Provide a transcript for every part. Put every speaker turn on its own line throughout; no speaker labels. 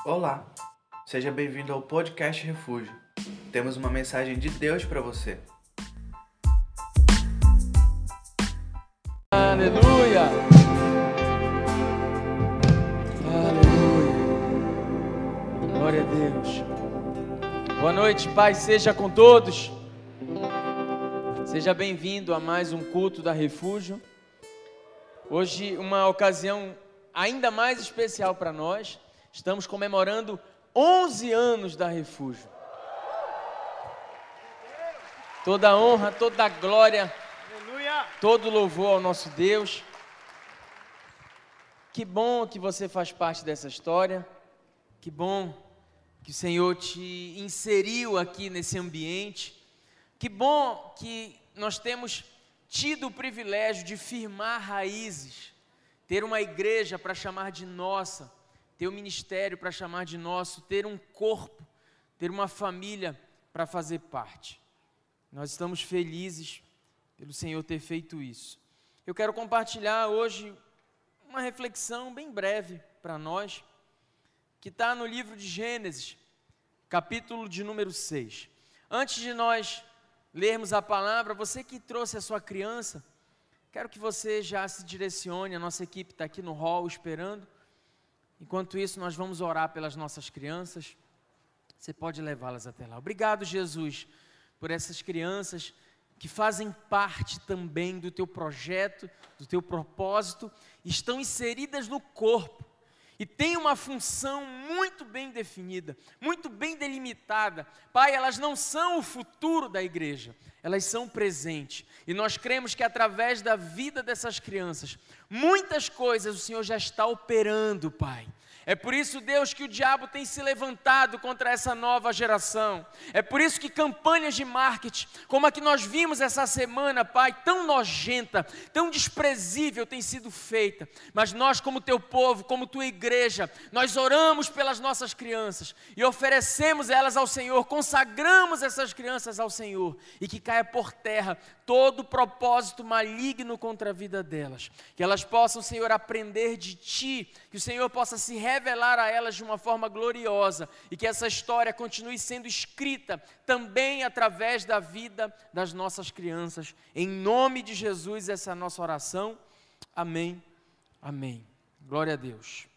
Olá, seja bem-vindo ao podcast Refúgio. Temos uma mensagem de Deus para você.
Aleluia! Aleluia! Glória a Deus. Boa noite, paz seja com todos. Seja bem-vindo a mais um culto da Refúgio. Hoje uma ocasião ainda mais especial para nós. Estamos comemorando 11 anos da Refúgio. Toda a honra, toda a glória, todo louvor ao nosso Deus. Que bom que você faz parte dessa história. Que bom que o Senhor te inseriu aqui nesse ambiente. Que bom que nós temos tido o privilégio de firmar raízes, ter uma igreja para chamar de nossa, ter um ministério para chamar de nosso, ter um corpo, ter uma família para fazer parte. Nós estamos felizes pelo Senhor ter feito isso. Eu quero compartilhar hoje uma reflexão bem breve para nós, que está no livro de Gênesis, capítulo de número 6. Antes de nós lermos a palavra, você que trouxe a sua criança, quero que você já se direcione, a nossa equipe está aqui no hall esperando. Enquanto isso, nós vamos orar pelas nossas crianças. Você pode levá-las até lá. Obrigado, Jesus, por essas crianças que fazem parte também do teu projeto, do teu propósito, estão inseridas no corpo e têm uma função muito bem definida, muito bem delimitada. Pai, elas não são o futuro da igreja, elas são o presente. E nós cremos que através da vida dessas crianças, muitas coisas o Senhor já está operando, Pai. É por isso, Deus, que o diabo tem se levantado contra essa nova geração. É por isso que campanhas de marketing, como a que nós vimos essa semana, Pai, tão nojenta, tão desprezível tem sido feita. Mas nós, como teu povo, como tua igreja, nós oramos pelas nossas crianças e oferecemos elas ao Senhor, consagramos essas crianças ao Senhor, e que caia por terra todo propósito maligno contra a vida delas. Que elas possam, Senhor, aprender de Ti, que o Senhor possa se revelar a elas de uma forma gloriosa, e que essa história continue sendo escrita também através da vida das nossas crianças. Em nome de Jesus, essa é a nossa oração. Amém, amém. Glória a Deus.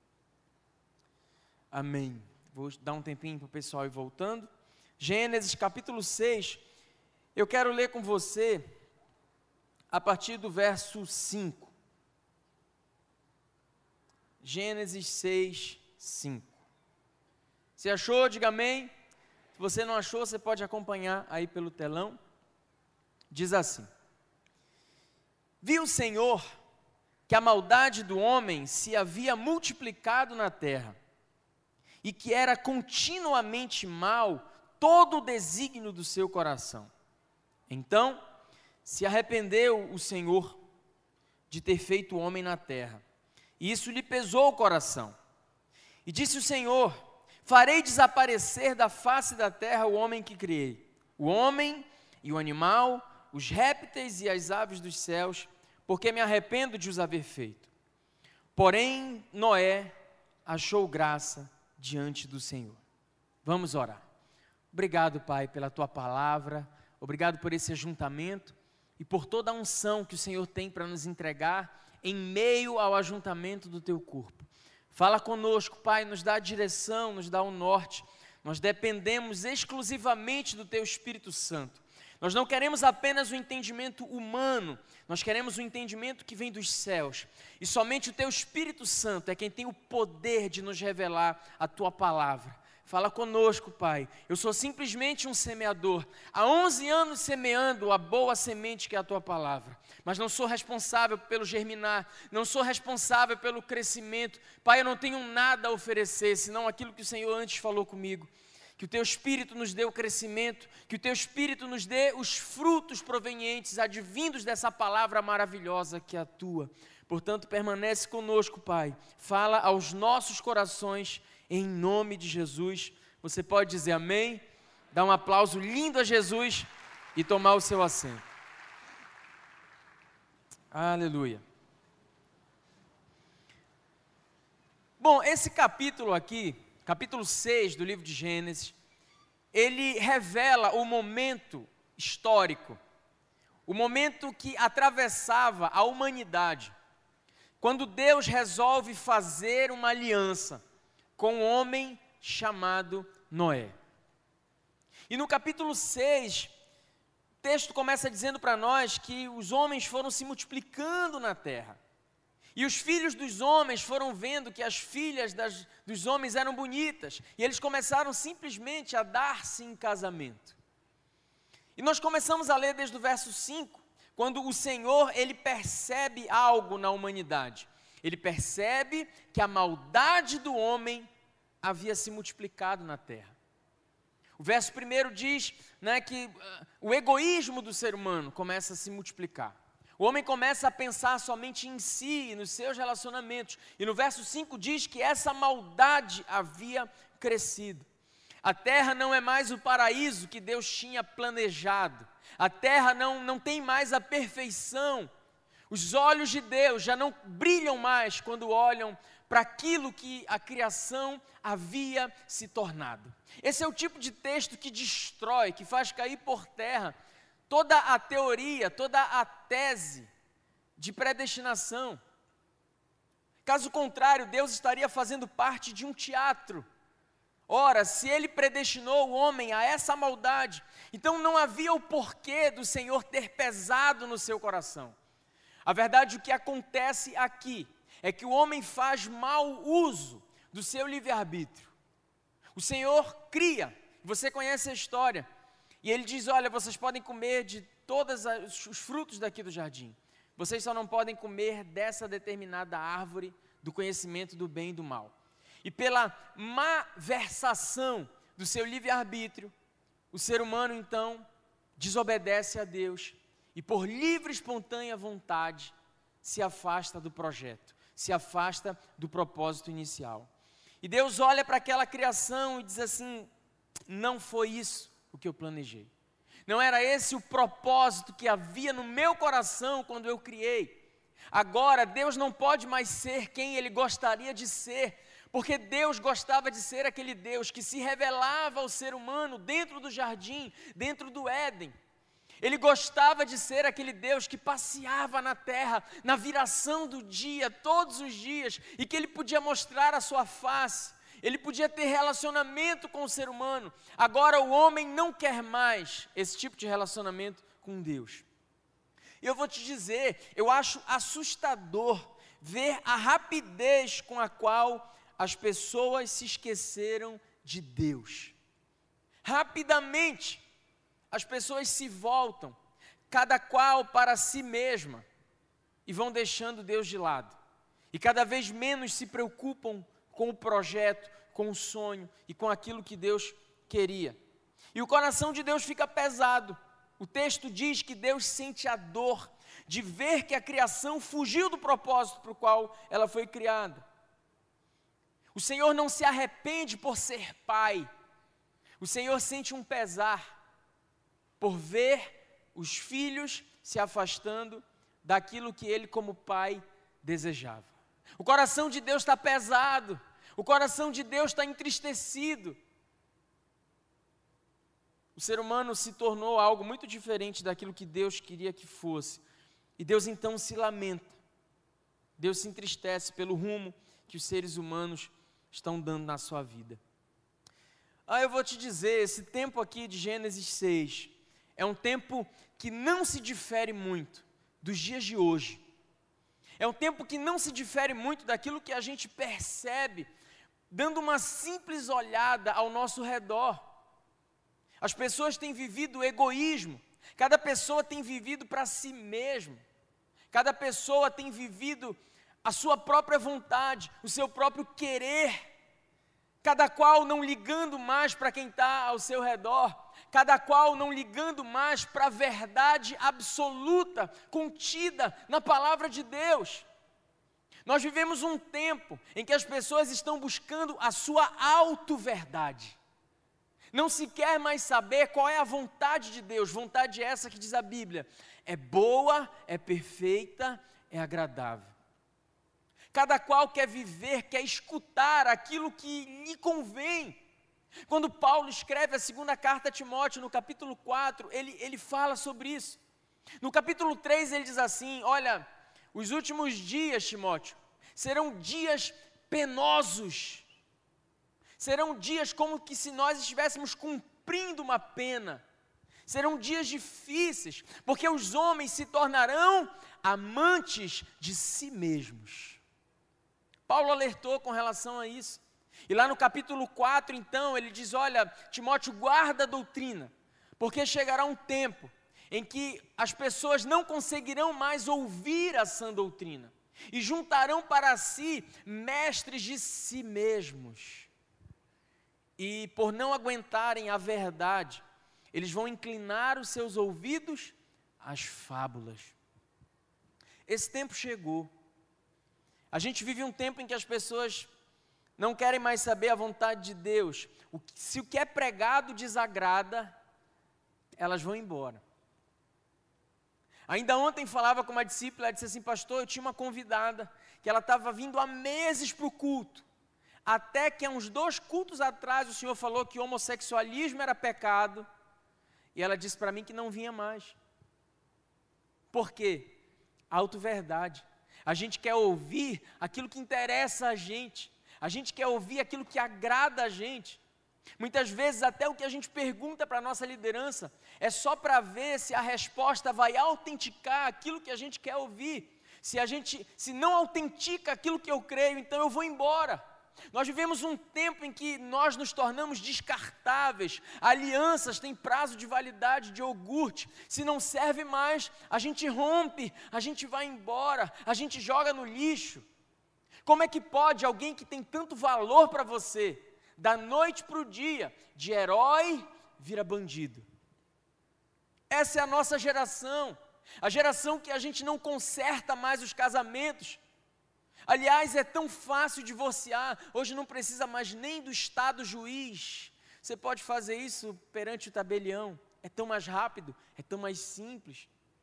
Amém. Vou dar um tempinho para o pessoal ir voltando. Gênesis capítulo 6, eu quero ler com você a partir do verso 5. Gênesis 6, 5. Se achou, diga amém. Se você não achou, você pode acompanhar aí pelo telão. Diz assim: Viu o Senhor que a maldade do homem se havia multiplicado na terra, e que era continuamente mal todo o desígnio do seu coração. Então se arrependeu o Senhor de ter feito o homem na terra, e isso lhe pesou o coração. E disse o Senhor: farei desaparecer da face da terra o homem que criei, o homem e o animal, os répteis e as aves dos céus, porque me arrependo de os haver feito. Porém Noé achou graça diante do Senhor. Vamos orar. Obrigado, Pai, pela Tua palavra, obrigado por esse ajuntamento e por toda a unção que o Senhor tem para nos entregar em meio ao ajuntamento do Teu corpo. Fala conosco, Pai, nos dá a direção, nos dá o norte. Nós dependemos exclusivamente do Teu Espírito Santo. Nós não queremos apenas o entendimento humano, nós queremos o entendimento que vem dos céus. E somente o Teu Espírito Santo é quem tem o poder de nos revelar a Tua palavra. Fala conosco, Pai. Eu sou simplesmente um semeador, há 11 anos semeando a boa semente que é a Tua palavra, mas não sou responsável pelo germinar, não sou responsável pelo crescimento. Pai, eu não tenho nada a oferecer, senão aquilo que o Senhor antes falou comigo. Que o Teu Espírito nos dê o crescimento, que o Teu Espírito nos dê os frutos provenientes, advindos dessa palavra maravilhosa que é a Tua. Portanto, permanece conosco, Pai. Fala aos nossos corações, em nome de Jesus. Você pode dizer amém, dar um aplauso lindo a Jesus e tomar o seu assento. Aleluia. Bom, esse capítulo aqui, capítulo 6 do livro de Gênesis, ele revela o momento histórico, o momento que atravessava a humanidade, quando Deus resolve fazer uma aliança com um homem chamado Noé. E no capítulo 6, o texto começa dizendo para nós que os homens foram se multiplicando na terra. E os filhos dos homens foram vendo que as filhas dos homens eram bonitas. E eles começaram simplesmente a dar-se em casamento. E nós começamos a ler desde o verso 5, quando o Senhor, ele percebe algo na humanidade. Ele percebe que a maldade do homem havia se multiplicado na terra. O verso 1 diz, que o egoísmo do ser humano começa a se multiplicar. O homem começa a pensar somente em si, nos seus relacionamentos. E no verso 5 diz que essa maldade havia crescido. A terra não é mais o paraíso que Deus tinha planejado. A terra não tem mais a perfeição. Os olhos de Deus já não brilham mais quando olham para aquilo que a criação havia se tornado. Esse é o tipo de texto que destrói, que faz cair por terra toda a teoria, toda a tese de predestinação. Caso contrário, Deus estaria fazendo parte de um teatro. Ora, se Ele predestinou o homem a essa maldade, então não havia o porquê do Senhor ter pesado no seu coração. A verdade, o que acontece aqui, é que o homem faz mau uso do seu livre-arbítrio. O Senhor cria, você conhece a história, e Ele diz, olha, vocês podem comer de todos os frutos daqui do jardim, vocês só não podem comer dessa determinada árvore do conhecimento do bem e do mal. E pela má versação do seu livre-arbítrio, o ser humano então desobedece a Deus e por livre e espontânea vontade se afasta do projeto, se afasta do propósito inicial. E Deus olha para aquela criação e diz assim, não foi isso o que eu planejei. Não era esse o propósito que havia no meu coração quando eu criei. Agora Deus não pode mais ser quem Ele gostaria de ser, porque Deus gostava de ser aquele Deus que se revelava ao ser humano dentro do jardim, dentro do Éden. Ele gostava de ser aquele Deus que passeava na terra, na viração do dia, todos os dias, e que Ele podia mostrar a sua face, Ele podia ter relacionamento com o ser humano. Agora o homem não quer mais esse tipo de relacionamento com Deus. E eu vou te dizer, eu acho assustador ver a rapidez com a qual as pessoas se esqueceram de Deus. Rapidamente, as pessoas se voltam, cada qual para si mesma, e vão deixando Deus de lado. E cada vez menos se preocupam com o projeto, com o sonho e com aquilo que Deus queria. E o coração de Deus fica pesado. O texto diz que Deus sente a dor de ver que a criação fugiu do propósito para o qual ela foi criada. O Senhor não se arrepende por ser pai. O Senhor sente um pesar por ver os filhos se afastando daquilo que Ele como pai desejava. O coração de Deus está pesado, o coração de Deus está entristecido. O ser humano se tornou algo muito diferente daquilo que Deus queria que fosse. E Deus então se lamenta, Deus se entristece pelo rumo que os seres humanos estão dando na sua vida. Eu vou te dizer, esse tempo aqui de Gênesis 6, é um tempo que não se difere muito dos dias de hoje. É um tempo que não se difere muito daquilo que a gente percebe, dando uma simples olhada ao nosso redor. As pessoas têm vivido o egoísmo, cada pessoa tem vivido para si mesmo, cada pessoa tem vivido a sua própria vontade, o seu próprio querer, cada qual não ligando mais para quem está ao seu redor, cada qual não ligando mais para a verdade absoluta contida na palavra de Deus. Nós vivemos um tempo em que as pessoas estão buscando a sua auto-verdade. Não se quer mais saber qual é a vontade de Deus, vontade essa que diz a Bíblia, é boa, é perfeita, é agradável. Cada qual quer viver, quer escutar aquilo que lhe convém. Quando Paulo escreve a segunda carta a Timóteo, no capítulo 4, ele fala sobre isso. No capítulo 3 ele diz assim: olha, os últimos dias, Timóteo, serão dias penosos. Serão dias como que se nós estivéssemos cumprindo uma pena. Serão dias difíceis, porque os homens se tornarão amantes de si mesmos. Paulo alertou com relação a isso. E lá no capítulo 4, então, ele diz: olha, Timóteo, guarda a doutrina, porque chegará um tempo em que as pessoas não conseguirão mais ouvir a sã doutrina, e juntarão para si mestres de si mesmos. E por não aguentarem a verdade, eles vão inclinar os seus ouvidos às fábulas. Esse tempo chegou. A gente vive um tempo em que as pessoas não querem mais saber a vontade de Deus. Se o que é pregado desagrada, elas vão embora. Ainda ontem falava com uma discípula, ela disse assim: pastor, eu tinha uma convidada, que ela estava vindo há meses para o culto, até que há uns 2 cultos atrás o Senhor falou que homossexualismo era pecado, e ela disse para mim que não vinha mais. Por quê? Auto-verdade. A gente quer ouvir aquilo que interessa a gente quer ouvir aquilo que agrada a gente. Muitas vezes até o que a gente pergunta para a nossa liderança é só para ver se a resposta vai autenticar aquilo que a gente quer ouvir. Se não autentica aquilo que eu creio, então eu vou embora. Nós vivemos um tempo em que nós nos tornamos descartáveis. Alianças têm prazo de validade de iogurte. Se não serve mais, a gente rompe, a gente vai embora, a gente joga no lixo. Como é que pode alguém que tem tanto valor para você, da noite para o dia, de herói, vira bandido? Essa é a nossa geração, a geração que a gente não conserta mais os casamentos. Aliás, é tão fácil divorciar, hoje não precisa mais nem do Estado juiz. Você pode fazer isso perante o tabelião, é tão mais rápido, é tão mais simples.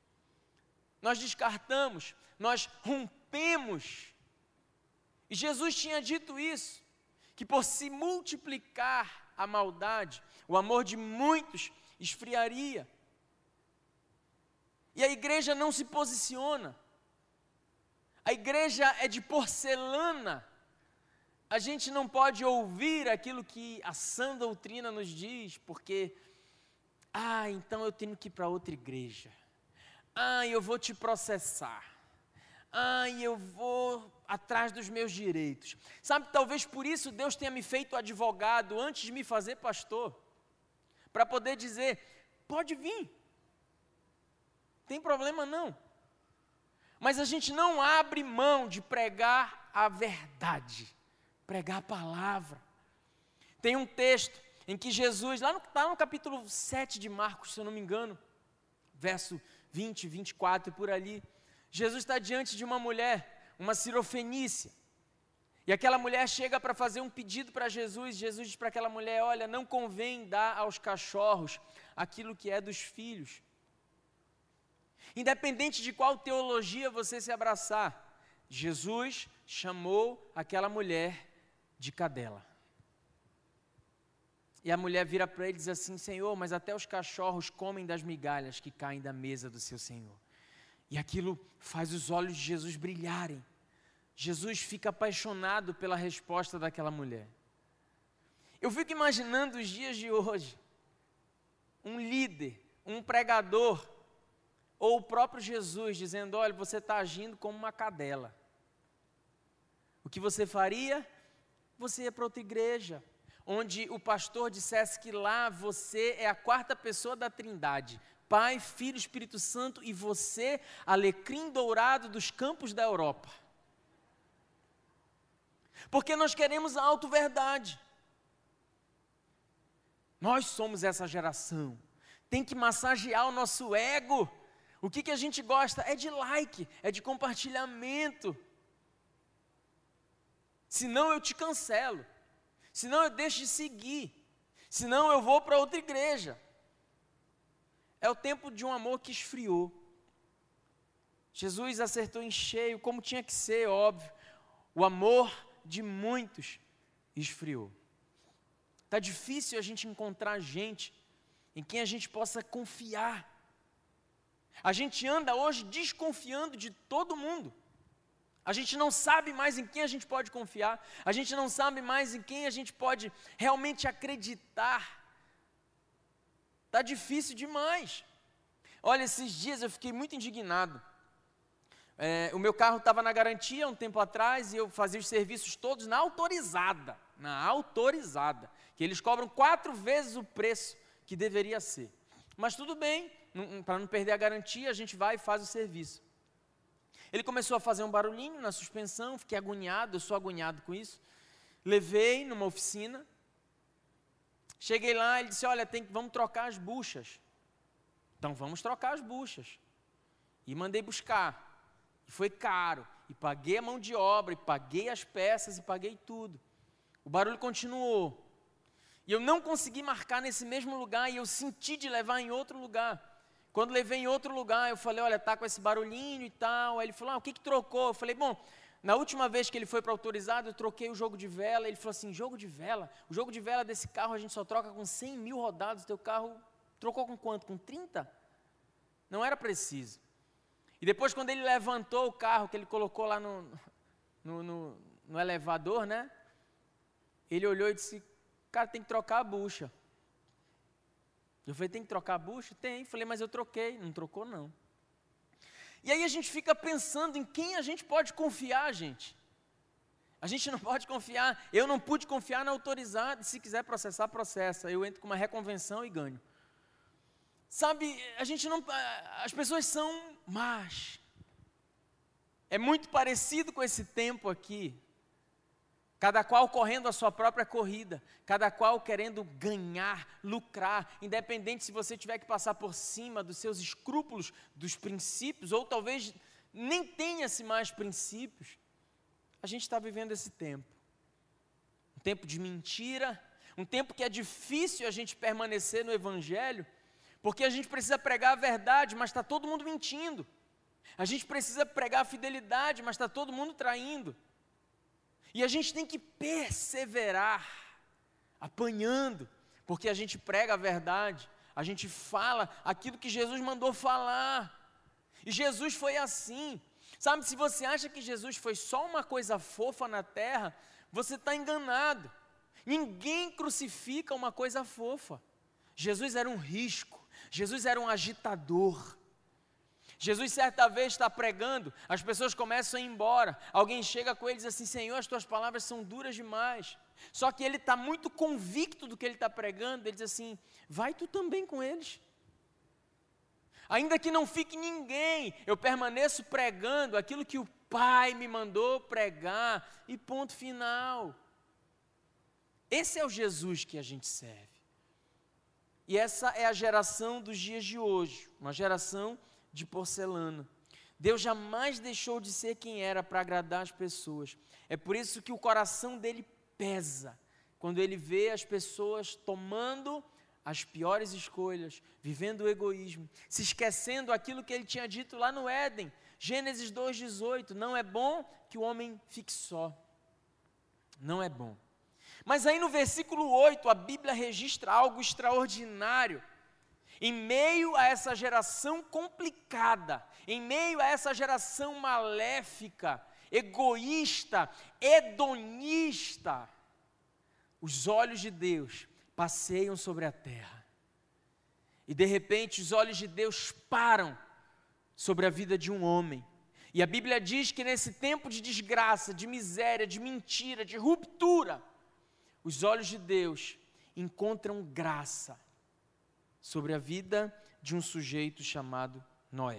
Nós descartamos, nós rompemos. E Jesus tinha dito isso, que por se multiplicar a maldade, o amor de muitos esfriaria. E a igreja não se posiciona. A igreja é de porcelana. A gente não pode ouvir aquilo que a sã doutrina nos diz, porque, então eu tenho que ir para outra igreja. Eu vou te processar. Eu vou atrás dos meus direitos. Sabe, talvez por isso Deus tenha me feito advogado antes de me fazer pastor, para poder dizer: pode vir, tem problema não. Mas a gente não abre mão de pregar a verdade, pregar a palavra. Tem um texto em que Jesus, está no capítulo 7 de Marcos, se eu não me engano, verso 20, 24 e por ali, Jesus está diante de uma mulher, uma cirofenícia, e aquela mulher chega para fazer um pedido para Jesus. Jesus diz para aquela mulher: olha, não convém dar aos cachorros aquilo que é dos filhos. Independente de qual teologia você se abraçar, Jesus chamou aquela mulher de cadela. E a mulher vira para ele e diz assim: Senhor, mas até os cachorros comem das migalhas que caem da mesa do seu Senhor. E aquilo faz os olhos de Jesus brilharem. Jesus fica apaixonado pela resposta daquela mulher. Eu fico imaginando os dias de hoje, um líder, um pregador, ou o próprio Jesus dizendo: olha, você está agindo como uma cadela. O que você faria? Você ia para outra igreja, onde o pastor dissesse que lá você é a 4ª pessoa da Trindade, Pai, Filho, Espírito Santo, e você, alecrim dourado dos campos da Europa. Porque nós queremos a auto-verdade. Nós somos essa geração. Tem que massagear o nosso ego. O que a gente gosta é de like, é de compartilhamento. Senão eu te cancelo. Senão eu deixo de seguir. Senão eu vou para outra igreja. É o tempo de um amor que esfriou. Jesus acertou em cheio, como tinha que ser, óbvio. o amor de muitos esfriou. Está difícil a gente encontrar gente em quem a gente possa confiar. A gente anda hoje desconfiando de todo mundo. A gente não sabe mais em quem a gente pode confiar. A gente não sabe mais em quem a gente pode realmente acreditar. Está difícil demais. Olha, esses dias eu fiquei muito indignado. O meu carro estava na garantia um tempo atrás e eu fazia os serviços todos na autorizada. Que eles cobram 4 vezes o preço que deveria ser. Mas tudo bem, para não perder a garantia, a gente vai e faz o serviço. Ele começou a fazer um barulhinho na suspensão, fiquei agoniado, eu sou agoniado com isso. Levei numa oficina, cheguei lá, ele disse, olha, vamos trocar as buchas. Então vamos trocar as buchas. E mandei buscar. E foi caro, e paguei a mão de obra, e paguei as peças, e paguei tudo. O barulho continuou. E eu não consegui marcar nesse mesmo lugar, e eu senti de levar em outro lugar. Quando levei em outro lugar, eu falei, olha, tá com esse barulhinho e tal. Aí ele falou, o que trocou? Eu falei, bom, na última vez que ele foi para autorizado, eu troquei o jogo de vela. Ele falou assim, jogo de vela? O jogo de vela desse carro a gente só troca com 100 mil rodados. O teu carro trocou com quanto? Com 30? Não era preciso. E depois, quando ele levantou o carro, que ele colocou lá no elevador, né? Ele olhou e disse, cara, tem que trocar a bucha. Eu falei, tem que trocar a bucha? Tem. Falei, mas eu troquei. Não trocou, não. E aí a gente fica pensando em quem a gente pode confiar, gente. A gente não pode confiar. Eu não pude confiar na autorizada. Se quiser processar, processa. Eu entro com uma reconvenção e ganho. Sabe, as pessoas são más. É muito parecido com esse tempo aqui. Cada qual correndo a sua própria corrida, cada qual querendo ganhar, lucrar, independente se você tiver que passar por cima dos seus escrúpulos, dos princípios, ou talvez nem tenha-se mais princípios. A gente está vivendo esse tempo. Um tempo de mentira, um tempo que é difícil a gente permanecer no Evangelho, porque a gente precisa pregar a verdade, mas está todo mundo mentindo. A gente precisa pregar a fidelidade, mas está todo mundo traindo. E a gente tem que perseverar, apanhando, porque a gente prega a verdade, a gente fala aquilo que Jesus mandou falar. E Jesus foi assim. Sabe, se você acha que Jesus foi só uma coisa fofa na terra, você está enganado. Ninguém crucifica uma coisa fofa. Jesus era um risco, Jesus era um agitador. Jesus certa vez está pregando, as pessoas começam a ir embora, alguém chega com ele e diz assim, Senhor, as tuas palavras são duras demais. Só que ele está muito convicto do que ele está pregando, ele diz assim, vai tu também com eles. Ainda que não fique ninguém, eu permaneço pregando aquilo que o Pai me mandou pregar, e ponto final. Esse é o Jesus que a gente serve. E essa é a geração dos dias de hoje, uma geração de porcelana. Deus jamais deixou de ser quem era para agradar as pessoas. É por isso que o coração dele pesa, quando ele vê as pessoas tomando as piores escolhas, vivendo o egoísmo, se esquecendo aquilo que ele tinha dito lá no Éden, Gênesis 2,18, não é bom que o homem fique só. Não é bom. Mas aí no versículo 8, a Bíblia registra algo extraordinário. Em meio a essa geração complicada, em meio a essa geração maléfica, egoísta, hedonista, os olhos de Deus passeiam sobre a terra. E de repente os olhos de Deus param sobre a vida de um homem. E a Bíblia diz que nesse tempo de desgraça, de miséria, de mentira, de ruptura, os olhos de Deus encontram graça sobre a vida de um sujeito chamado Noé.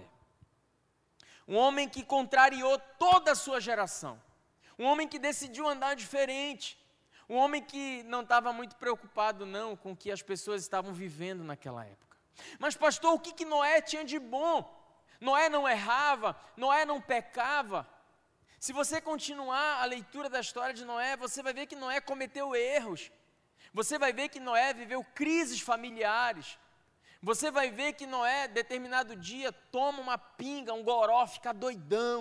Um homem que contrariou toda a sua geração. Um homem que decidiu andar diferente. Um homem que não estava muito preocupado não com o que as pessoas estavam vivendo naquela época. Mas pastor, o que Noé tinha de bom? Noé não errava, Noé não pecava. Se você continuar a leitura da história de Noé, você vai ver que Noé cometeu erros. Você vai ver que Noé viveu crises familiares. Você vai ver que Noé, determinado dia, toma uma pinga, um goró, fica doidão,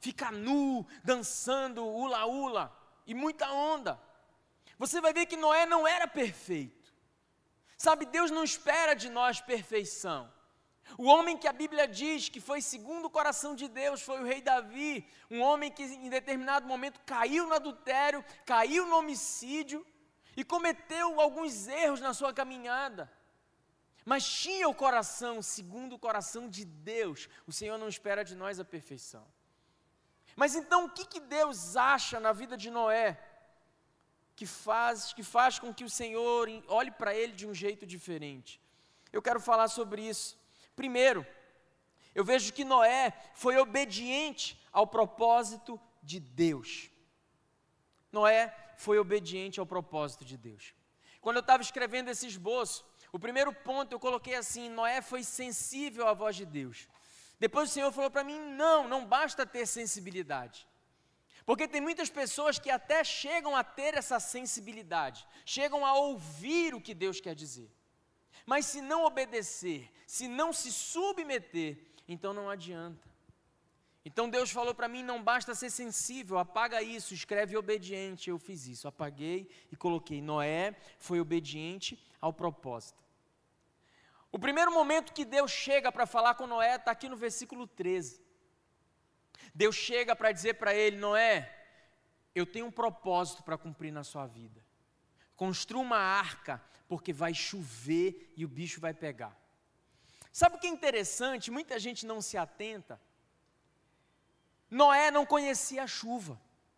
ficar nu, dançando, ula-ula, e muita onda. Você vai ver que Noé não era perfeito. Sabe, Deus não espera de nós perfeição. O homem que a Bíblia diz que foi segundo o coração de Deus foi o rei Davi, um homem que em determinado momento caiu no adultério, caiu no homicídio e cometeu alguns erros na sua caminhada. Mas tinha o coração segundo o coração de Deus. O Senhor não espera de nós a perfeição. Mas então o que Deus acha na vida de Noé que faz com que o Senhor olhe para ele de um jeito diferente? Eu quero falar sobre isso. Primeiro, eu vejo que Noé foi obediente ao propósito de Deus. Noé foi obediente ao propósito de Deus. Quando eu estava escrevendo esse esboço, o primeiro ponto eu coloquei assim: Noé foi sensível à voz de Deus. Depois o Senhor falou para mim: não basta ter sensibilidade. Porque tem muitas pessoas que até chegam a ter essa sensibilidade, chegam a ouvir o que Deus quer dizer. Mas se não obedecer, se não se submeter, então não adianta. Então Deus falou para mim: não basta ser sensível, apaga isso, escreve obediente. Eu fiz isso, apaguei e coloquei: Noé foi obediente ao propósito. O primeiro momento que Deus chega para falar com Noé está aqui no versículo 13. Deus chega para dizer para ele: Noé, eu tenho um propósito para cumprir na sua vida. Construa uma arca, porque vai chover e o bicho vai pegar. Sabe o que é interessante? Muita gente não se atenta. Noé não conhecia a chuva.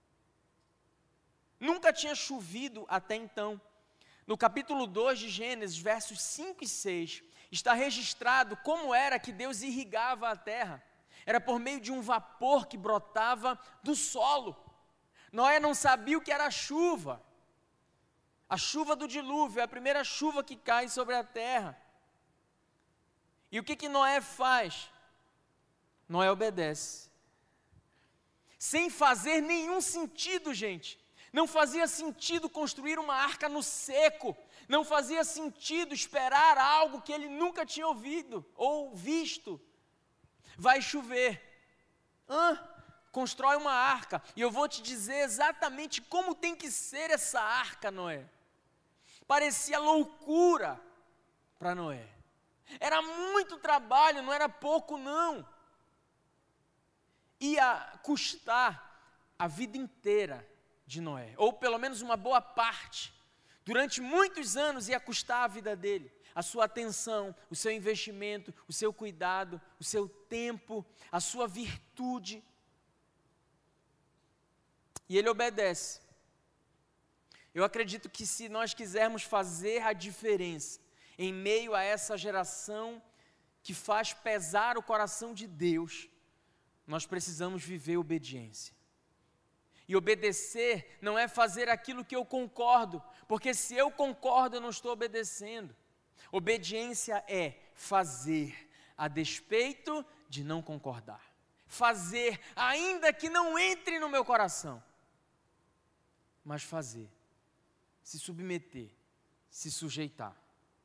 Nunca tinha chovido até então. No capítulo 2 de Gênesis, versos 5 e 6, está registrado como era que Deus irrigava a terra. Era por meio de um vapor que brotava do solo. Noé não sabia o que era a chuva. A chuva do dilúvio é a primeira chuva que cai sobre a terra. E o que Noé faz? Noé obedece. Sem fazer nenhum sentido, gente. Não fazia sentido construir uma arca no seco. Não fazia sentido esperar algo que ele nunca tinha ouvido ou visto. Vai chover. Constrói uma arca. E eu vou te dizer exatamente como tem que ser essa arca, Noé. Parecia loucura para Noé. Era muito trabalho, não era pouco não. Ia custar a vida inteira de Noé, ou pelo menos uma boa parte. Durante muitos anos ia custar a vida dele, a sua atenção, o seu investimento, o seu cuidado, o seu tempo, a sua virtude. E ele obedece. Eu acredito que se nós quisermos fazer a diferença em meio a essa geração que faz pesar o coração de Deus, nós precisamos viver obediência. E obedecer não é fazer aquilo que eu concordo, porque se eu concordo, eu não estou obedecendo. Obediência é fazer a despeito de não concordar. Fazer, ainda que não entre no meu coração, mas fazer, se submeter, se sujeitar.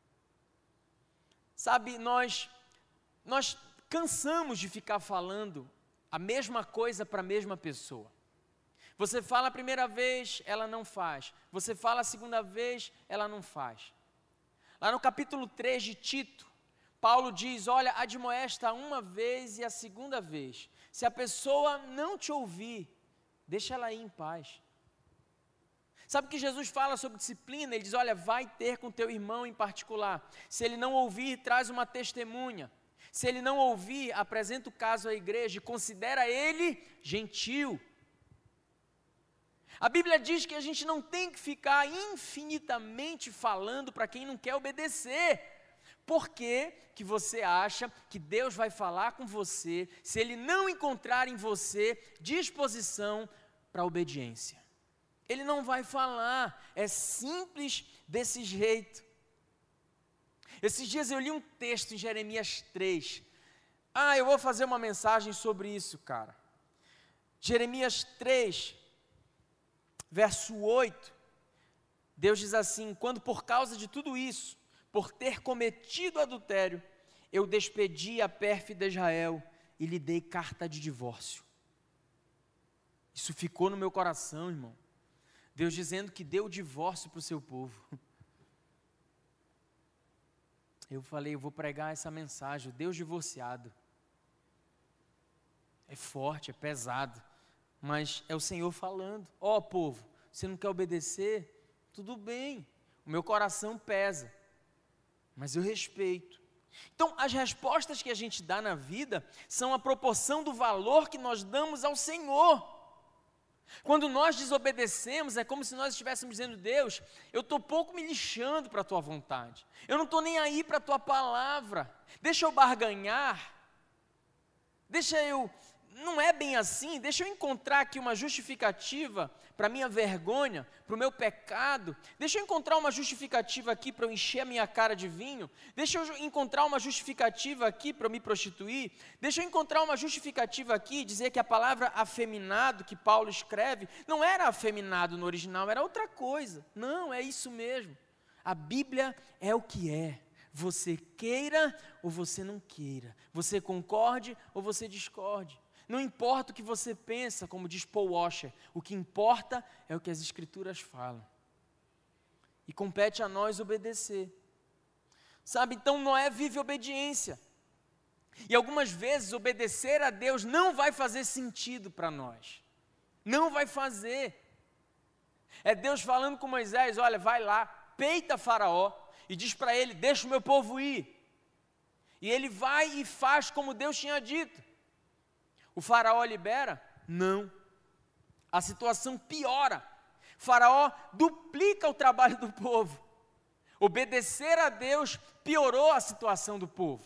Sabe, nós cansamos de ficar falando a mesma coisa para a mesma pessoa. Você fala a primeira vez, ela não faz. Você fala a segunda vez, ela não faz. Lá no capítulo 3 de Tito, Paulo diz: olha, admoesta uma vez e a segunda vez. Se a pessoa não te ouvir, deixa ela ir em paz. Sabe que Jesus fala sobre disciplina? Ele diz: olha, vai ter com teu irmão em particular. Se ele não ouvir, traz uma testemunha. Se ele não ouvir, apresenta o caso à igreja e considera ele gentil. A Bíblia diz que a gente não tem que ficar infinitamente falando para quem não quer obedecer. Por que que você acha que Deus vai falar com você se Ele não encontrar em você disposição para a obediência? Ele não vai falar, é simples desse jeito. Esses dias eu li um texto em Jeremias 3. Eu vou fazer uma mensagem sobre isso, cara. Jeremias 3, verso 8, Deus diz assim: quando por causa de tudo isso, por ter cometido adultério, eu despedi a pérfida Israel e lhe dei carta de divórcio. Isso ficou no meu coração, irmão. Deus dizendo que deu o divórcio para o seu povo. Eu falei, eu vou pregar essa mensagem, o Deus divorciado. É forte, é pesado, mas é o Senhor falando. Ó, povo, você não quer obedecer? Tudo bem, o meu coração pesa, mas eu respeito. Então, as respostas que a gente dá na vida são a proporção do valor que nós damos ao Senhor. Quando nós desobedecemos, é como se nós estivéssemos dizendo, Deus, eu estou pouco me lixando para a tua vontade, eu não estou nem aí para a tua palavra, deixa eu barganhar, não é bem assim, deixa eu encontrar aqui uma justificativa para a minha vergonha, para o meu pecado, deixa eu encontrar uma justificativa aqui para eu encher a minha cara de vinho, deixa eu encontrar uma justificativa aqui para eu me prostituir, deixa eu encontrar uma justificativa aqui, dizer que a palavra afeminado que Paulo escreve, não era afeminado no original, era outra coisa, não, é isso mesmo, a Bíblia é o que é, você queira ou você não queira, você concorde ou você discorde, não importa o que você pensa, como diz Paul Washer, o que importa é o que as Escrituras falam. E compete a nós obedecer. Sabe, então Noé vive obediência. E algumas vezes obedecer a Deus não vai fazer sentido para nós. Não vai fazer. É Deus falando com Moisés, olha, vai lá, peita Faraó e diz para ele, deixa o meu povo ir. E ele vai e faz como Deus tinha dito. O faraó libera? Não. A situação piora. Faraó duplica o trabalho do povo. Obedecer a Deus piorou a situação do povo.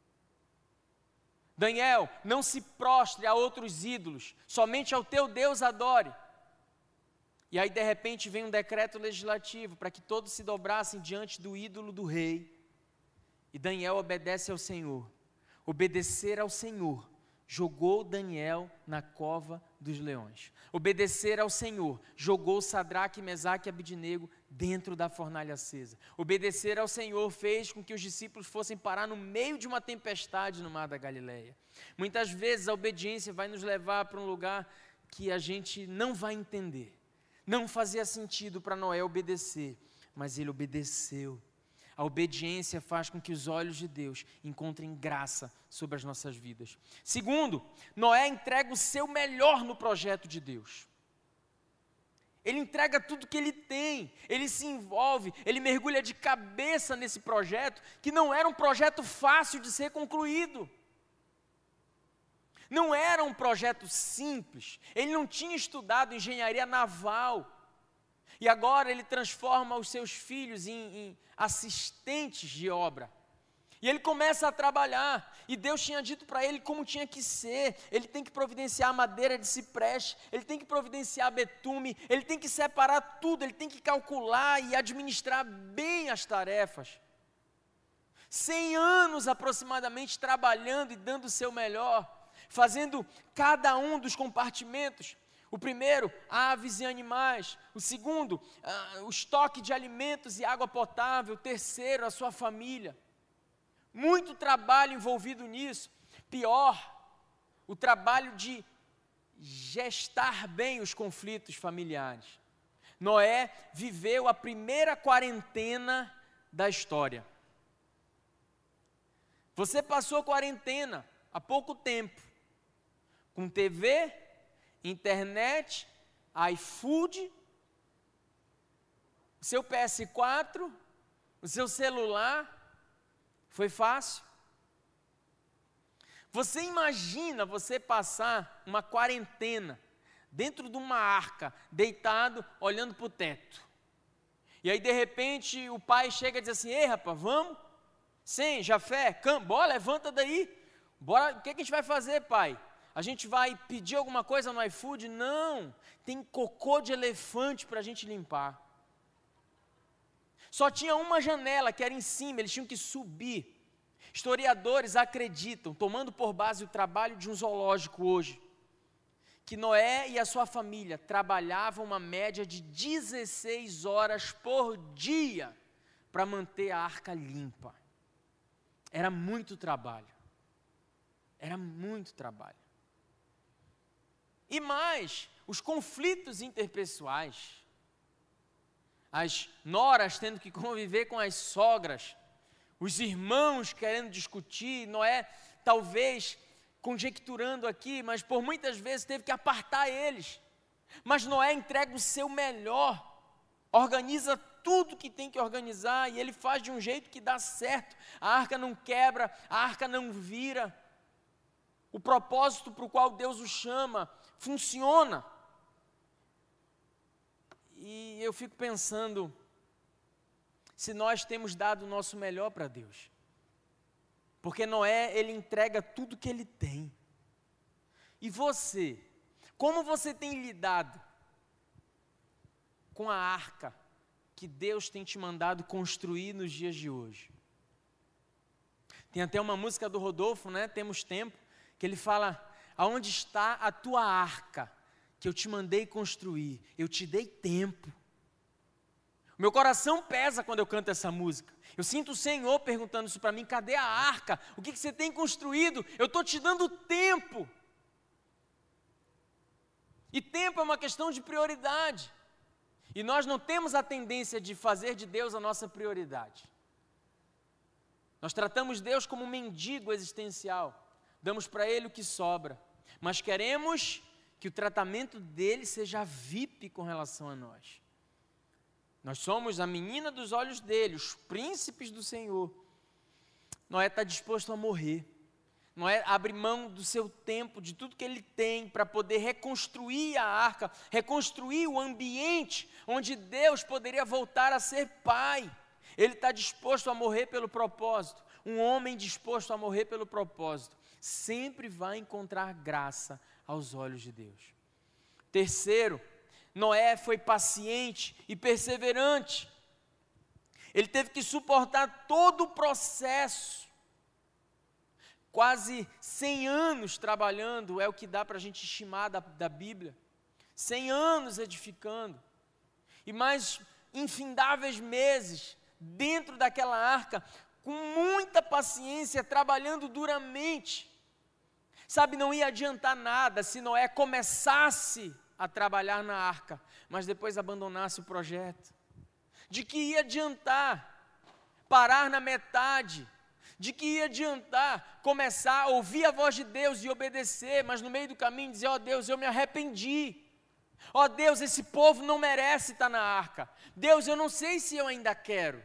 Daniel, não se prostre a outros ídolos, somente ao teu Deus adore. E aí de repente vem um decreto legislativo para que todos se dobrassem diante do ídolo do rei. E Daniel obedece ao Senhor. Obedecer ao Senhor jogou Daniel na cova dos leões. Obedecer ao Senhor jogou Sadraque, Mesaque e Abidnego dentro da fornalha acesa. Obedecer ao Senhor fez com que os discípulos fossem parar no meio de uma tempestade no mar da Galileia. Muitas vezes a obediência vai nos levar para um lugar que a gente não vai entender. Não fazia sentido para Noé obedecer, mas ele obedeceu. A obediência faz com que os olhos de Deus encontrem graça sobre as nossas vidas. Segundo, Noé entrega o seu melhor no projeto de Deus. Ele entrega tudo que ele tem, ele se envolve, ele mergulha de cabeça nesse projeto, que não era um projeto fácil de ser concluído. Não era um projeto simples, ele não tinha estudado engenharia naval. E agora ele transforma os seus filhos em assistentes de obra. E ele começa a trabalhar. E Deus tinha dito para ele como tinha que ser. Ele tem que providenciar madeira de cipreste. Ele tem que providenciar betume. Ele tem que separar tudo. Ele tem que calcular e administrar bem as tarefas. 100 anos aproximadamente trabalhando e dando o seu melhor. Fazendo cada um dos compartimentos. O primeiro, aves e animais. O segundo, o estoque de alimentos e água potável. O terceiro, a sua família. Muito trabalho envolvido nisso. Pior, o trabalho de gestar bem os conflitos familiares. Noé viveu a primeira quarentena da história. Você passou quarentena há pouco tempo, com TV, internet, iFood, o seu PS4, o seu celular. Foi fácil? Você imagina você passar uma quarentena dentro de uma arca, deitado, olhando para o teto. E aí de repente o pai chega e diz assim: ei rapaz, vamos? Sem, Jafé, bora, levanta daí. Bora, o que a gente vai fazer, pai? A gente vai pedir alguma coisa no iFood? Não, tem cocô de elefante para a gente limpar. Só tinha uma janela que era em cima, eles tinham que subir. Historiadores acreditam, tomando por base o trabalho de um zoológico hoje, que Noé e a sua família trabalhavam uma média de 16 horas por dia para manter a arca limpa. Era muito trabalho. Era muito trabalho. E mais, os conflitos interpessoais, as noras tendo que conviver com as sogras, os irmãos querendo discutir, Noé talvez conjecturando aqui, mas por muitas vezes teve que apartar eles. Mas Noé entrega o seu melhor, organiza tudo que tem que organizar e ele faz de um jeito que dá certo. A arca não quebra, a arca não vira. O propósito para o qual Deus o chama funciona. E eu fico pensando, se nós temos dado o nosso melhor para Deus. Porque Noé, ele entrega tudo que ele tem. E você, como você tem lidado com a arca que Deus tem te mandado construir nos dias de hoje? Tem até uma música do Rodolfo, né? Temos tempo, que ele fala: aonde está a tua arca que eu te mandei construir? Eu te dei tempo. Meu coração pesa quando eu canto essa música. Eu sinto o Senhor perguntando isso para mim: cadê a arca? O que você tem construído? Eu estou te dando tempo. E tempo é uma questão de prioridade. E nós não temos a tendência de fazer de Deus a nossa prioridade. Nós tratamos Deus como um mendigo existencial. Damos para Ele o que sobra. Mas queremos que o tratamento dele seja VIP com relação a nós. Nós somos a menina dos olhos dele, os príncipes do Senhor. Noé está disposto a morrer. Noé abre mão do seu tempo, de tudo que ele tem, para poder reconstruir a arca, reconstruir o ambiente onde Deus poderia voltar a ser pai. Ele está disposto a morrer pelo propósito. Um homem disposto a morrer pelo propósito sempre vai encontrar graça aos olhos de Deus. Terceiro, Noé foi paciente e perseverante. Ele teve que suportar todo o processo. Quase 100 anos trabalhando, é o que dá para a gente estimar da Bíblia. 100 anos edificando. E mais infindáveis meses dentro daquela arca, com muita paciência, trabalhando duramente. Sabe, não ia adiantar nada se Noé começasse a trabalhar na arca, mas depois abandonasse o projeto. De que ia adiantar parar na metade? De que ia adiantar começar a ouvir a voz de Deus e obedecer, mas no meio do caminho dizer: ó Deus, eu me arrependi. Ó Deus, esse povo não merece estar na arca. Deus, eu não sei se eu ainda quero.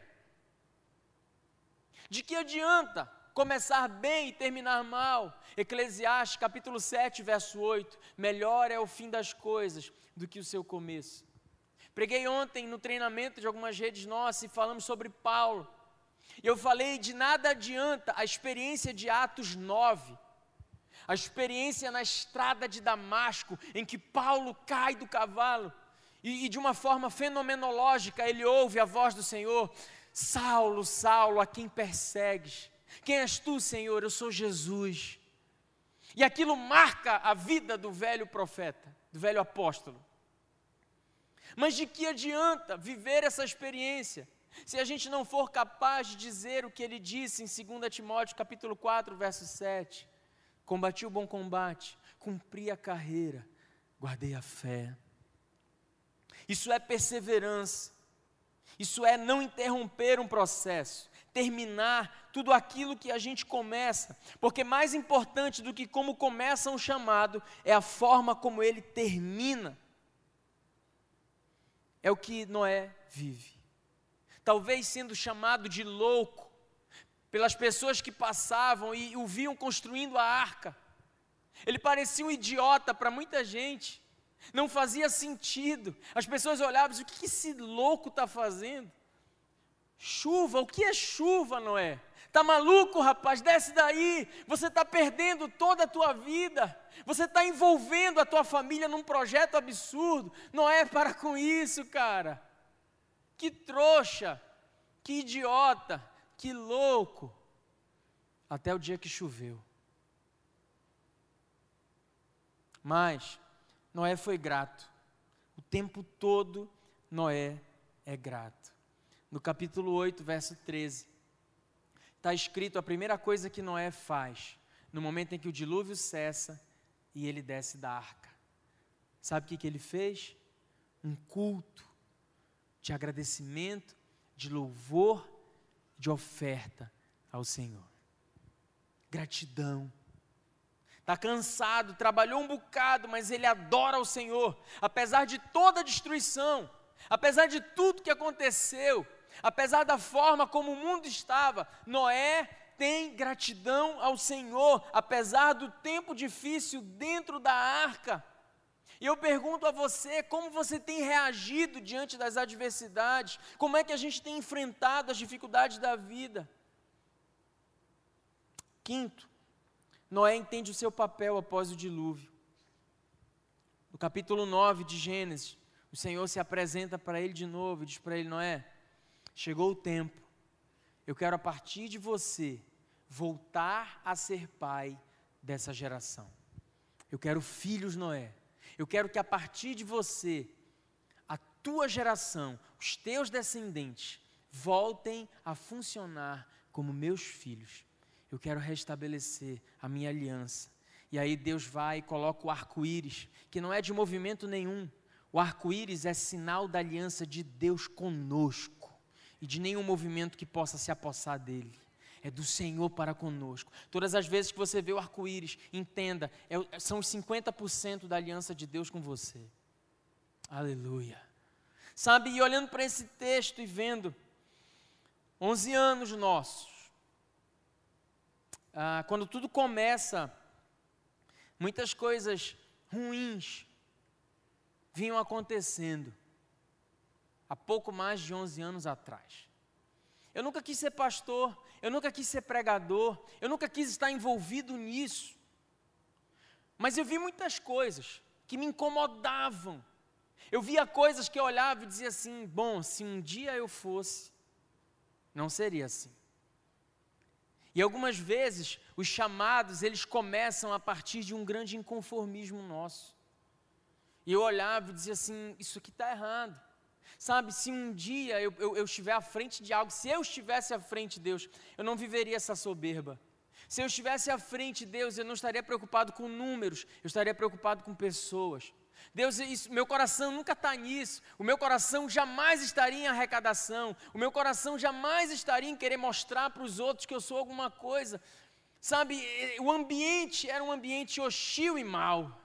De que adianta começar bem e terminar mal? Eclesiastes capítulo 7, verso 8, melhor é o fim das coisas do que o seu começo. Preguei ontem no treinamento de algumas redes nossas e falamos sobre Paulo. Eu falei de nada adianta a experiência de Atos 9, a experiência na estrada de Damasco, em que Paulo cai do cavalo e de uma forma fenomenológica ele ouve a voz do Senhor: Saulo, Saulo, a quem persegues? Quem és tu, Senhor? Eu sou Jesus. E aquilo marca a vida do velho profeta, do velho apóstolo. Mas de que adianta viver essa experiência se a gente não for capaz de dizer o que ele disse em 2 Timóteo capítulo 4, verso 7? Combati o bom combate, cumpri a carreira, guardei a fé. Isso é perseverança. Isso é não interromper um processo, terminar tudo aquilo que a gente começa, porque mais importante do que como começa um chamado é a forma como ele termina. É o que Noé vive. Talvez sendo chamado de louco pelas pessoas que passavam e o viam construindo a arca. Ele parecia um idiota para muita gente. Não fazia sentido. As pessoas olhavam e diziam: o que esse louco está fazendo? Chuva, o que é chuva, Noé? Está maluco, rapaz? Desce daí. Você está perdendo toda a tua vida. Você está envolvendo a tua família num projeto absurdo. Noé, para com isso, cara. Que trouxa, que idiota, que louco. Até o dia que choveu. Mas Noé foi grato. O tempo todo Noé é grato. No capítulo 8, verso 13, está escrito a primeira coisa que Noé faz, no momento em que o dilúvio cessa e ele desce da arca. Sabe o que ele fez? Um culto de agradecimento, de louvor, de oferta ao Senhor. Gratidão. Está cansado, trabalhou um bocado, mas ele adora o Senhor, apesar de toda a destruição, apesar de tudo que aconteceu, apesar da forma como o mundo estava. Noé tem gratidão ao Senhor, apesar do tempo difícil dentro da arca. E eu pergunto a você, como você tem reagido diante das adversidades? Como é que a gente tem enfrentado as dificuldades da vida? Quinto, Noé entende o seu papel após o dilúvio. No capítulo 9 de Gênesis, o Senhor se apresenta para ele de novo e diz para ele: Noé, chegou o tempo, eu quero a partir de você voltar a ser pai dessa geração. Eu quero filhos, Noé. Eu quero que a partir de você, a tua geração, os teus descendentes, voltem a funcionar como meus filhos. Eu quero restabelecer a minha aliança. E aí Deus vai e coloca o arco-íris, que não é de movimento nenhum. O arco-íris é sinal da aliança de Deus conosco e de nenhum movimento que possa se apossar dele. É do Senhor para conosco. Todas as vezes que você vê o arco-íris, entenda, são os 50% da aliança de Deus com você. Aleluia. Sabe, e olhando para esse texto e vendo 11 anos nossos, quando tudo começa, muitas coisas ruins vinham acontecendo há pouco mais de 11 anos atrás. Eu nunca quis ser pastor, eu nunca quis ser pregador, eu nunca quis estar envolvido nisso. Mas eu vi muitas coisas que me incomodavam. Eu via coisas que eu olhava e dizia assim: bom, se um dia eu fosse, não seria assim. E algumas vezes os chamados, eles começam a partir de um grande inconformismo nosso. E eu olhava e dizia assim: isso aqui está errado. Sabe, se um dia eu estiver à frente de algo, se eu estivesse à frente de Deus, eu não viveria essa soberba. Se eu estivesse à frente de Deus, eu não estaria preocupado com números, eu estaria preocupado com pessoas. Deus, meu coração nunca está nisso, o meu coração jamais estaria em arrecadação, o meu coração jamais estaria em querer mostrar para os outros que eu sou alguma coisa. Sabe, o ambiente era um ambiente hostil e mau.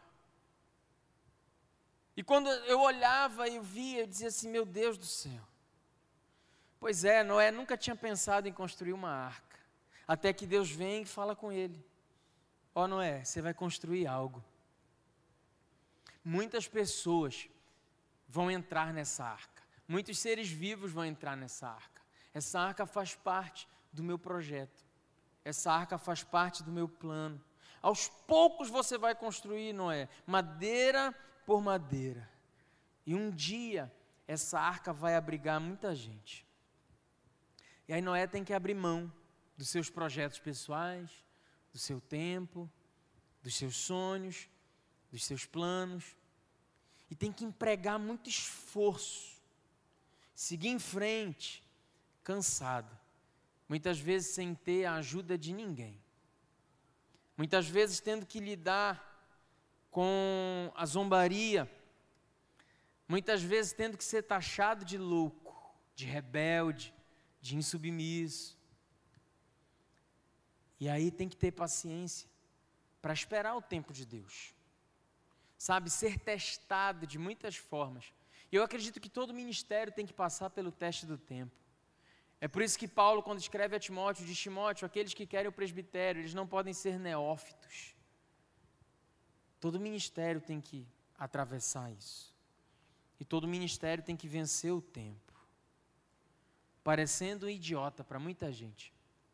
E quando eu olhava e via, eu dizia assim: meu Deus do céu. Pois é, Noé nunca tinha pensado em construir uma arca, até que Deus vem e fala com ele: ó Noé, você vai construir algo. Muitas pessoas vão entrar nessa arca, muitos seres vivos vão entrar nessa arca. Essa arca faz parte do meu projeto, essa arca faz parte do meu plano. Aos poucos você vai construir, Noé, madeira por madeira. E um dia essa arca vai abrigar muita gente. E aí Noé tem que abrir mão dos seus projetos pessoais, do seu tempo, dos seus sonhos, dos seus planos. E tem que empregar muito esforço, seguir em frente, cansado, muitas vezes sem ter a ajuda de ninguém, muitas vezes tendo que lidar com a zombaria, muitas vezes tendo que ser taxado de louco, de rebelde, de insubmisso. E aí tem que ter paciência para esperar o tempo de Deus. Sabe, ser testado de muitas formas. E eu acredito que todo ministério tem que passar pelo teste do tempo. É por isso que Paulo, quando escreve a Timóteo, diz: Timóteo, aqueles que querem o presbitério, eles não podem ser neófitos. Todo ministério tem que atravessar isso. E todo ministério tem que vencer o tempo. Parecendo um idiota para muita gente.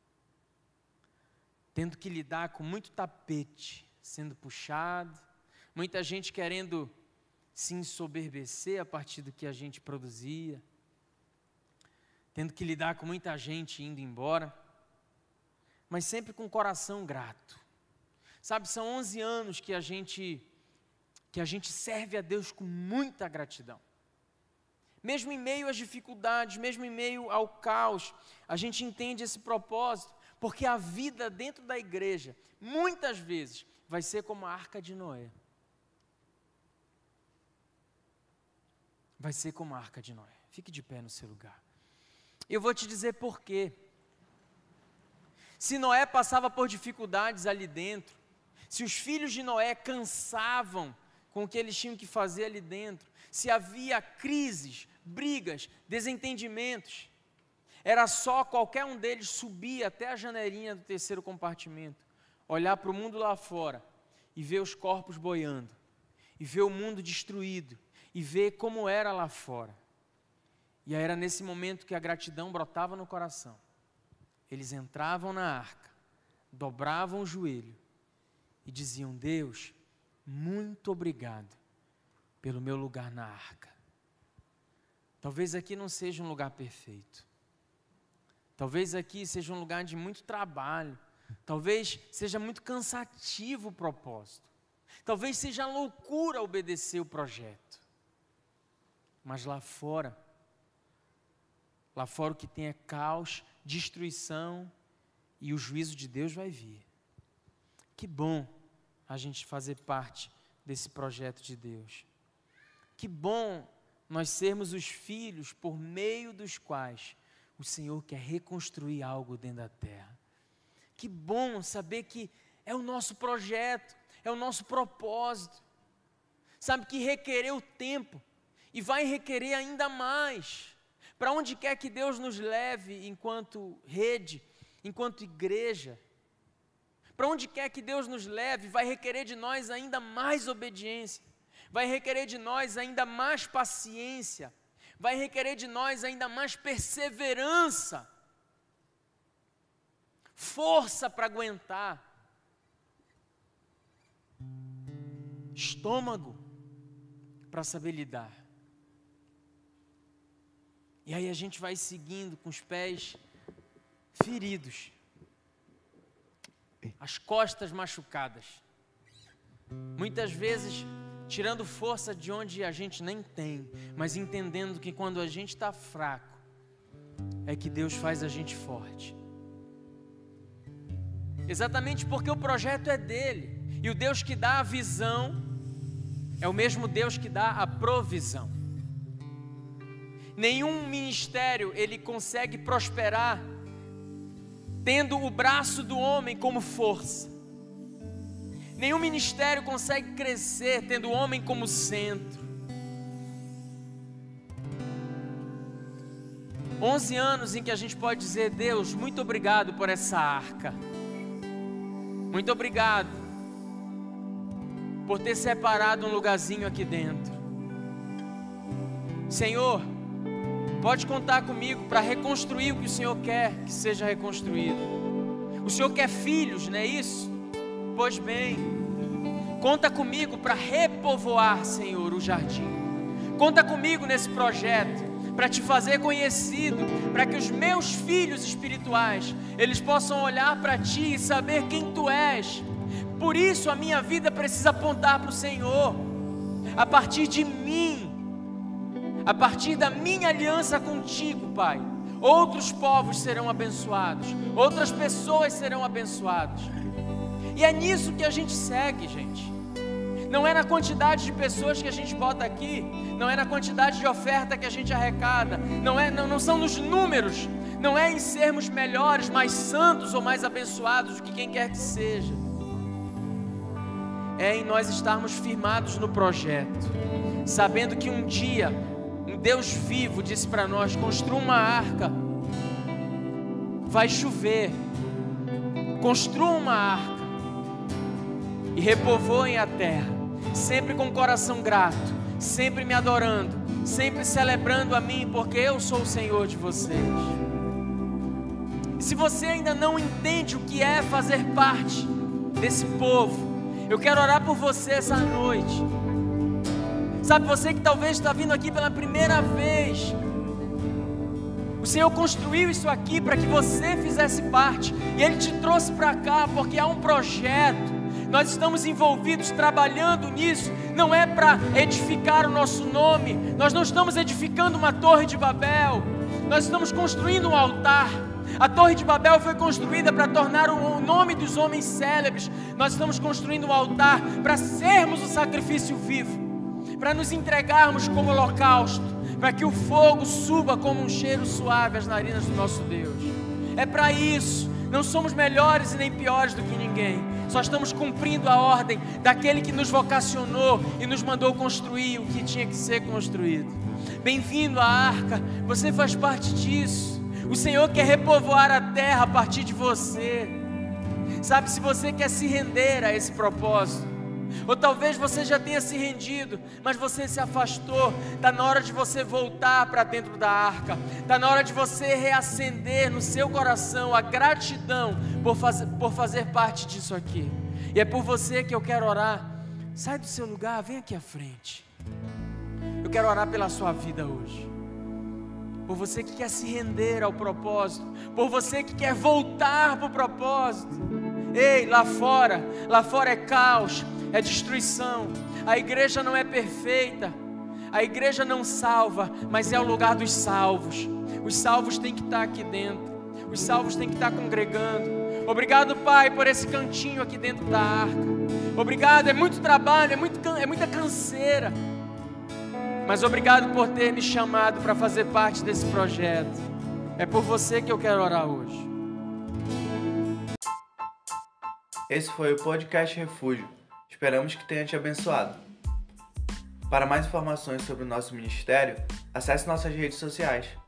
Tendo que lidar com muito tapete sendo puxado. Muita gente querendo se ensoberbecer a partir do que a gente produzia. Tendo que lidar com muita gente indo embora. Mas sempre com o coração grato. Sabe, são 11 anos que a gente serve a Deus com muita gratidão. Mesmo em meio às dificuldades, mesmo em meio ao caos, a gente entende esse propósito, porque a vida dentro da igreja, muitas vezes, vai ser como a arca de Noé. vai ser como a Arca de Noé. Fique de pé no seu lugar. Eu vou te dizer por quê. Se Noé passava por dificuldades ali dentro, se os filhos de Noé cansavam com o que eles tinham que fazer ali dentro, se havia crises, brigas, desentendimentos, era só qualquer um deles subir até a janelinha do terceiro compartimento, olhar para o mundo lá fora e ver os corpos boiando, e ver o mundo destruído, e ver como era lá fora. E aí era nesse momento que a gratidão brotava no coração. Eles entravam na arca, dobravam o joelho e diziam: Deus, muito obrigado pelo meu lugar na arca. Talvez aqui não seja um lugar perfeito. Talvez aqui seja um lugar de muito trabalho. Talvez seja muito cansativo o propósito. Talvez seja loucura obedecer o projeto. Mas lá fora o que tem é caos, destruição, e o juízo de Deus vai vir. Que bom a gente fazer parte desse projeto de Deus. Que bom nós sermos os filhos por meio dos quais o Senhor quer reconstruir algo dentro da terra. Que bom saber que é o nosso projeto, é o nosso propósito. Sabe que requereu tempo e vai requerer ainda mais. Para onde quer que Deus nos leve enquanto rede, enquanto igreja, para onde quer que Deus nos leve, vai requerer de nós ainda mais obediência, vai requerer de nós ainda mais paciência, vai requerer de nós ainda mais perseverança, força para aguentar, estômago para saber lidar. E aí a gente vai seguindo com os pés feridos, as costas machucadas, muitas vezes tirando força de onde a gente nem tem, mas entendendo que quando a gente está fraco, é que Deus faz a gente forte. Exatamente porque o projeto é dele, e o Deus que dá a visão é o mesmo Deus que dá a provisão. Nenhum ministério ele consegue prosperar tendo o braço do homem como força. Nenhum ministério consegue crescer tendo o homem como centro. 11 anos em que a gente pode dizer: Deus, muito obrigado por essa arca. Muito obrigado por ter separado um lugarzinho aqui dentro. Senhor, pode contar comigo para reconstruir o que o Senhor quer que seja reconstruído. O Senhor quer filhos, não é isso? Pois bem, conta comigo para repovoar, Senhor, o jardim. Conta comigo nesse projeto para te fazer conhecido, para que os meus filhos espirituais, eles possam olhar para ti e saber quem tu és. Por isso a minha vida precisa apontar para o Senhor. A partir de mim, a partir da minha aliança contigo, Pai, outros povos serão abençoados, outras pessoas serão abençoadas. E é nisso que a gente segue, gente. Não é na quantidade de pessoas que a gente bota aqui, não é na quantidade de oferta que a gente arrecada, não são nos números, não é em sermos melhores, mais santos ou mais abençoados do que quem quer que seja. É em nós estarmos firmados no projeto, sabendo que um dia um Deus vivo disse para nós: construa uma arca, vai chover, construa uma arca e repovoem a terra, sempre com o coração grato, sempre me adorando, sempre celebrando a mim, porque eu sou o Senhor de vocês. E se você ainda não entende o que é fazer parte desse povo, eu quero orar por você essa noite. Sabe, você que talvez está vindo aqui pela primeira vez, o Senhor construiu isso aqui para que você fizesse parte, e Ele te trouxe para cá porque há um projeto. Nós estamos envolvidos trabalhando nisso, não é para edificar o nosso nome, nós não estamos edificando uma torre de Babel, nós estamos construindo um altar. A torre de Babel foi construída para tornar o nome dos homens célebres. Nós estamos construindo um altar para sermos o sacrifício vivo, para nos entregarmos como holocausto, para que o fogo suba como um cheiro suave às narinas do nosso Deus. É para isso. Não somos melhores e nem piores do que ninguém. Só estamos cumprindo a ordem daquele que nos vocacionou e nos mandou construir o que tinha que ser construído. Bem-vindo à arca, você faz parte disso. O Senhor quer repovoar a terra a partir de você. Sabe, se você quer se render a esse propósito, ou talvez você já tenha se rendido, mas você se afastou, está na hora de você voltar para dentro da arca, está na hora de você reacender no seu coração a gratidão por fazer parte disso aqui. E é por você que eu quero orar. Sai do seu lugar, vem aqui à frente. Eu quero orar pela sua vida hoje, por você que quer se render ao propósito, por você que quer voltar para o propósito. Ei, lá fora é caos, é destruição. A igreja não é perfeita, a igreja não salva, mas é o lugar dos salvos. Os salvos têm que estar aqui dentro, os salvos têm que estar congregando. Obrigado, Pai, por esse cantinho aqui dentro da arca. Obrigado, é muito trabalho, é muita canseira, mas obrigado por ter me chamado para fazer parte desse projeto. É por você que eu quero orar hoje.
Esse foi o podcast Refúgio. Esperamos que tenha te abençoado. Para mais informações sobre o nosso ministério, acesse nossas redes sociais.